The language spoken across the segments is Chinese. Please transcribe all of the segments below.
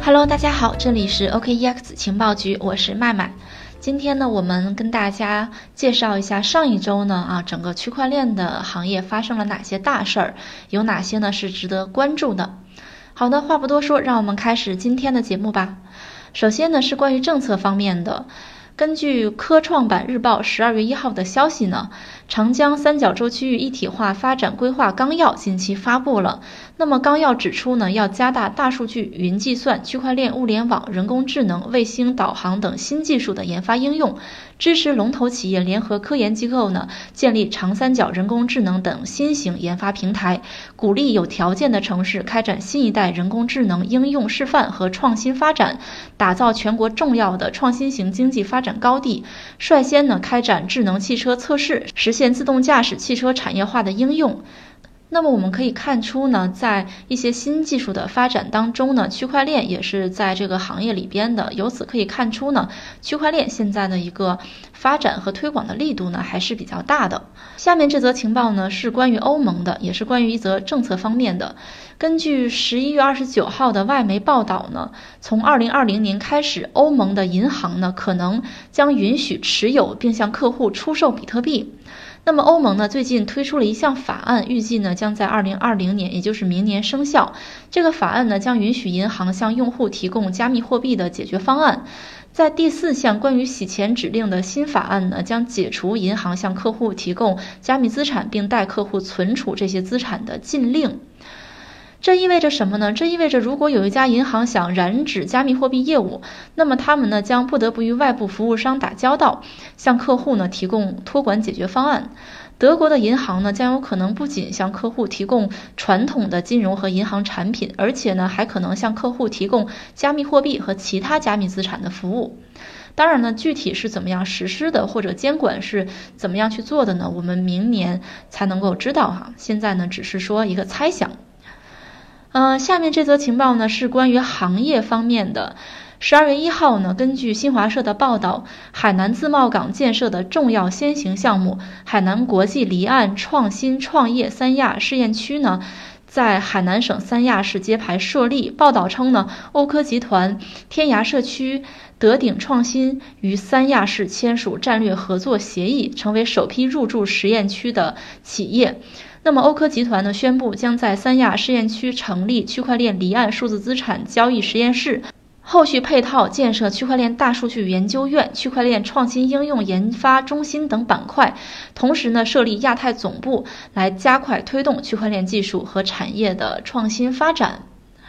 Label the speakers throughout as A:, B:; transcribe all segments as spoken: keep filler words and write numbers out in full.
A: Hello， 大家好，这里是 O K E X 情报局，我是麦麦。今天呢，我们跟大家介绍一下上一周呢啊，整个区块链的行业发生了哪些大事儿，有哪些呢是值得关注的。好的，话不多说，让我们开始今天的节目吧。首先呢，是关于政策方面的。根据科创板日报十二月一号的消息呢，长江三角洲区域一体化发展规划纲要近期发布了。那么纲要指出呢，要加大大数据、云计算、区块链、物联网、人工智能、卫星导航等新技术的研发应用，支持龙头企业联合科研机构呢建立长三角人工智能等新型研发平台，鼓励有条件的城市开展新一代人工智能应用示范和创新发展，打造全国重要的创新型经济发展高地，率先呢开展智能汽车测试，实现自动驾驶汽车产业化的应用。那么我们可以看出呢，在一些新技术的发展当中呢，区块链也是在这个行业里边的。由此可以看出呢，区块链现在的一个发展和推广的力度呢还是比较大的。下面这则情报呢是关于欧盟的，也是关于一则政策方面的。根据十一月二十九号的外媒报道呢，从二零二零年开始，欧盟的银行呢可能将允许持有并向客户出售比特币。那么欧盟呢最近推出了一项法案，预计呢将在二零二零年，也就是明年生效。这个法案呢将允许银行向用户提供加密货币的解决方案。在第四项关于洗钱指令的新法案呢，将解除银行向客户提供加密资产并代客户存储这些资产的禁令。这意味着什么呢？这意味着如果有一家银行想染指加密货币业务，那么他们呢将不得不与外部服务商打交道，向客户呢提供托管解决方案。德国的银行呢将有可能不仅向客户提供传统的金融和银行产品，而且呢还可能向客户提供加密货币和其他加密资产的服务。当然呢，具体是怎么样实施的，或者监管是怎么样去做的呢？我们明年才能够知道哈。现在呢只是说一个猜想。嗯、呃，下面这则情报呢是关于行业方面的。十二月一号呢，根据新华社的报道，海南自贸港建设的重要先行项目海南国际离岸创新创业三亚试验区呢，在海南省三亚市揭牌设立。报道称呢，欧科集团、天涯社区、德鼎创新与三亚市签署战略合作协议，成为首批入驻实验区的企业。那么欧科集团呢宣布将在三亚试验区成立区块链离岸数字资产交易实验室，后续配套建设区块链大数据研究院、区块链创新应用研发中心等板块，同时呢设立亚太总部，来加快推动区块链技术和产业的创新发展。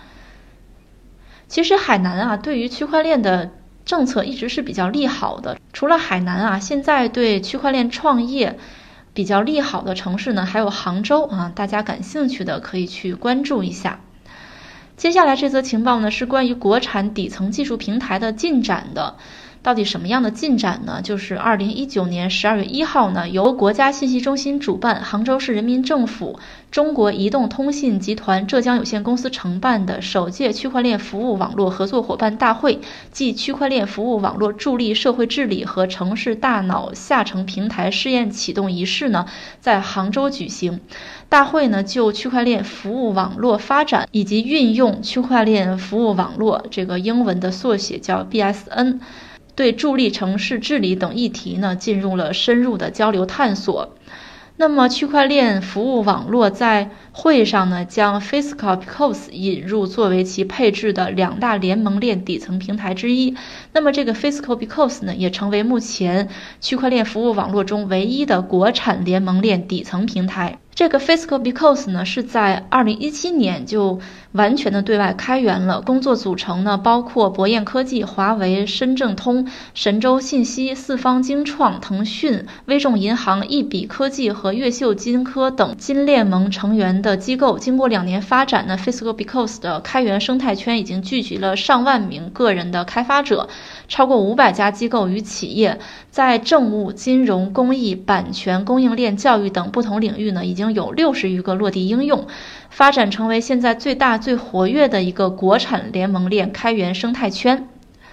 A: 其实海南啊对于区块链的政策一直是比较利好的，除了海南啊，现在对区块链创业比较利好的城市呢还有杭州啊，大家感兴趣的可以去关注一下。接下来这则情报呢是关于国产底层技术平台的进展的。到底什么样的进展呢？就是二零一九年十二月一号呢，由国家信息中心主办，杭州市人民政府、中国移动通信集团浙江有限公司承办的首届区块链服务网络合作伙伴大会暨区块链服务网络助力社会治理和城市大脑下沉平台试验启动仪式呢，在杭州举行。大会呢就区块链服务网络发展以及运用区块链服务网络，这个英文的缩写叫 B S N，对助力城市治理等议题呢进入了深入的交流探索。那么区块链服务网络在会上呢将 Fiscal Picos 引入作为其配置的两大联盟链底层平台之一。那么这个 Fiscal Picos 呢也成为目前区块链服务网络中唯一的国产联盟链底层平台。这个 Fiscal Picos 呢是在二零一七年就完全的对外开源了，工作组成呢包括博彦科技、华为、深证通、神州信息、四方精创、腾讯、微众银行、一笔科技和越秀金科等金联盟成员的机构。经过两年发展呢 Fiscal Picos 的开源生态圈已经聚集了上万名个人的开发者，超过五百家机构与企业，在政务、金融、公益、版权、供应链、教育等不同领域呢已经有六十余个落地应用，发展成为现在最大最活跃的一个国产联盟链开源生态圈。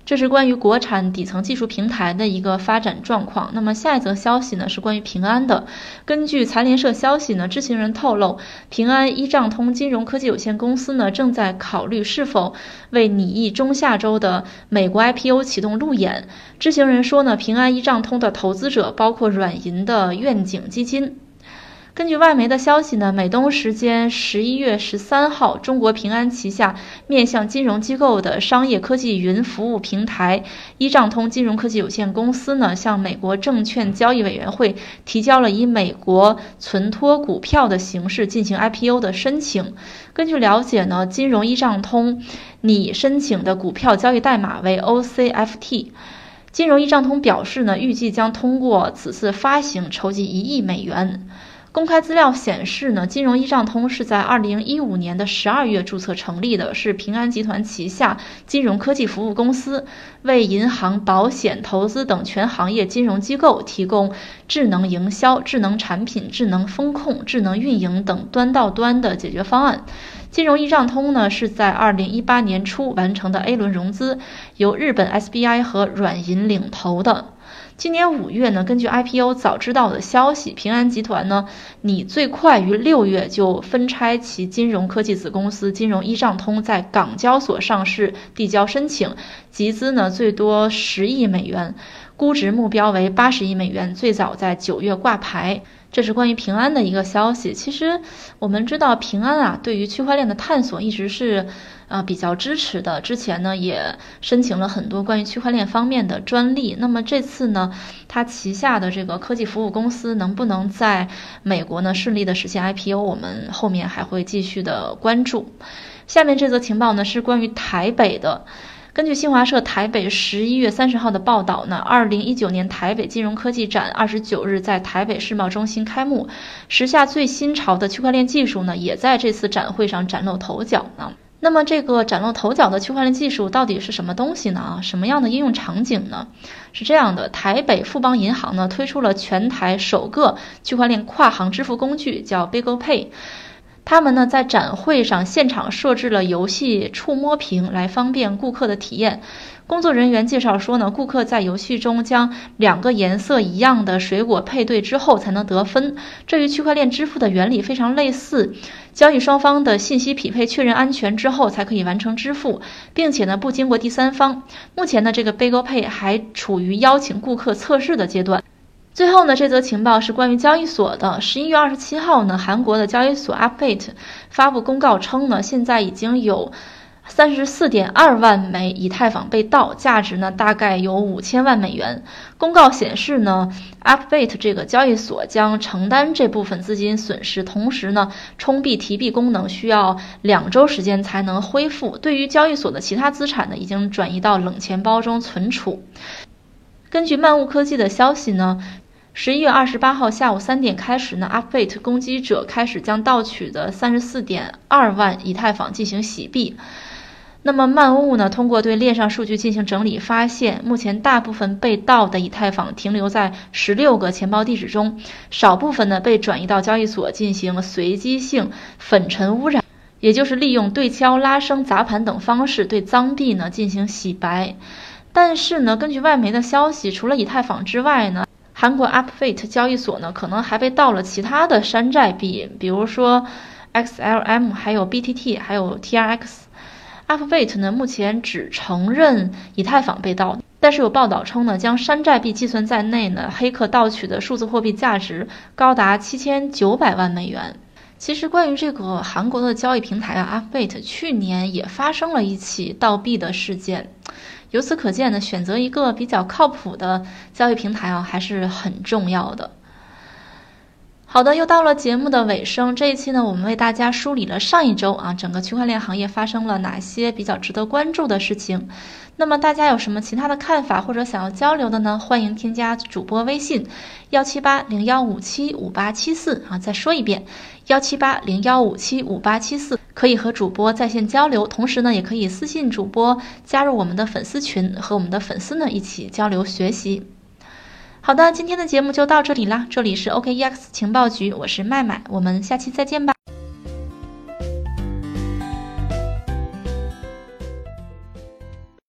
A: 这是关于国产底层技术平台的一个发展状况。那么下一则消息呢是关于平安的。根据财联社消息呢，知情人透露，平安一账通金融科技有限公司呢正在考虑是否为拟议中下周的美国 I P O 启动路演。知情人说呢，平安一账通的投资者包括软银的愿景基金。根据外媒的消息呢，美东时间十一月十三号，中国平安旗下面向金融机构的商业科技云服务平台一账通金融科技有限公司呢，向美国证券交易委员会提交了以美国存托股票的形式进行 I P O 的申请。根据了解呢，金融一账通拟申请的股票交易代码为 O C F T。金融一账通表示呢，预计将通过此次发行筹集一亿美元。公开资料显示呢，金融一账通是在二零一五年的十二月注册成立的，是平安集团旗下金融科技服务公司，为银行、保险、投资等全行业金融机构提供智能营销、智能产品、智能风控、智能运营等端到端的解决方案。金融一账通呢是在二零一八年初完成的 A 轮融资，由日本 S B I 和软银领投的。今年五月呢，根据 I P O 早知道的消息，平安集团呢拟最快于六月就分拆其金融科技子公司金融一账通在港交所上市递交申请，集资呢最多十亿美元，估值目标为八十亿美元，最早在九月挂牌。这是关于平安的一个消息。其实我们知道平安啊，对于区块链的探索一直是呃比较支持的。之前呢也申请了很多关于区块链方面的专利。那么这次呢，它旗下的这个科技服务公司能不能在美国呢顺利的实现 I P O， 我们后面还会继续的关注。下面这则情报呢是关于台北的。根据新华社台北十一月三十号的报道呢，二零一九年台北金融科技展二十九日在台北世贸中心开幕，时下最新潮的区块链技术呢，也在这次展会上崭露头角呢。那么这个崭露头角的区块链技术到底是什么东西呢？什么样的应用场景呢？是这样的，台北富邦银行呢推出了全台首个区块链跨行支付工具，叫 BigoPay。他们呢在展会上现场设置了游戏触摸屏来方便顾客的体验。工作人员介绍说呢，顾客在游戏中将两个颜色一样的水果配对之后才能得分，这与区块链支付的原理非常类似。交易双方的信息匹配确认安全之后才可以完成支付，并且呢不经过第三方。目前呢这个 BigoPay 还处于邀请顾客测试的阶段。最后呢，这则情报是关于交易所的。十一月二十七号呢，韩国的交易所 Upbit 发布公告称呢，现在已经有三十四点二万枚以太坊被盗，价值呢大概有五千万美元。公告显示呢 ，Upbit 这个交易所将承担这部分资金损失，同时呢，充币提币功能需要两周时间才能恢复。对于交易所的其他资产呢，已经转移到冷钱包中存储。根据漫物科技的消息呢，十一月二十八号下午三点开始呢 ，Upbit 攻击者开始将盗取的三十四点二万以太坊进行洗币。那么漫物呢，通过对链上数据进行整理，发现目前大部分被盗的以太坊停留在十六个钱包地址中，少部分呢被转移到交易所进行随机性粉尘污染，也就是利用对敲、拉升、砸盘等方式对赃币呢进行洗白。但是呢，根据外媒的消息，除了以太坊之外呢，韩国 Upbit 交易所呢可能还被盗了其他的山寨币，比如说 X L M 还有 B T T 还有 T R X。Upbit 呢目前只承认以太坊被盗，但是有报道称呢，将山寨币计算在内呢，黑客盗取的数字货币价值高达七千九百万美元。其实关于这个韩国的交易平台啊 Upbit 去年也发生了一起盗币的事件。由此可见呢，选择一个比较靠谱的交易平台啊，还是很重要的。好的，又到了节目的尾声。这一期呢，我们为大家梳理了上一周啊，整个区块链行业发生了哪些比较值得关注的事情。那么大家有什么其他的看法或者想要交流的呢？欢迎添加主播微信幺七八零幺五七五八七四啊，再说一遍幺七八零幺五七五八七四，可以和主播在线交流。同时呢，也可以私信主播加入我们的粉丝群，和我们的粉丝呢一起交流学习。好的，今天的节目就到这里啦，这里是 O K E X 情报局，我是麦麦，我们下期再见吧。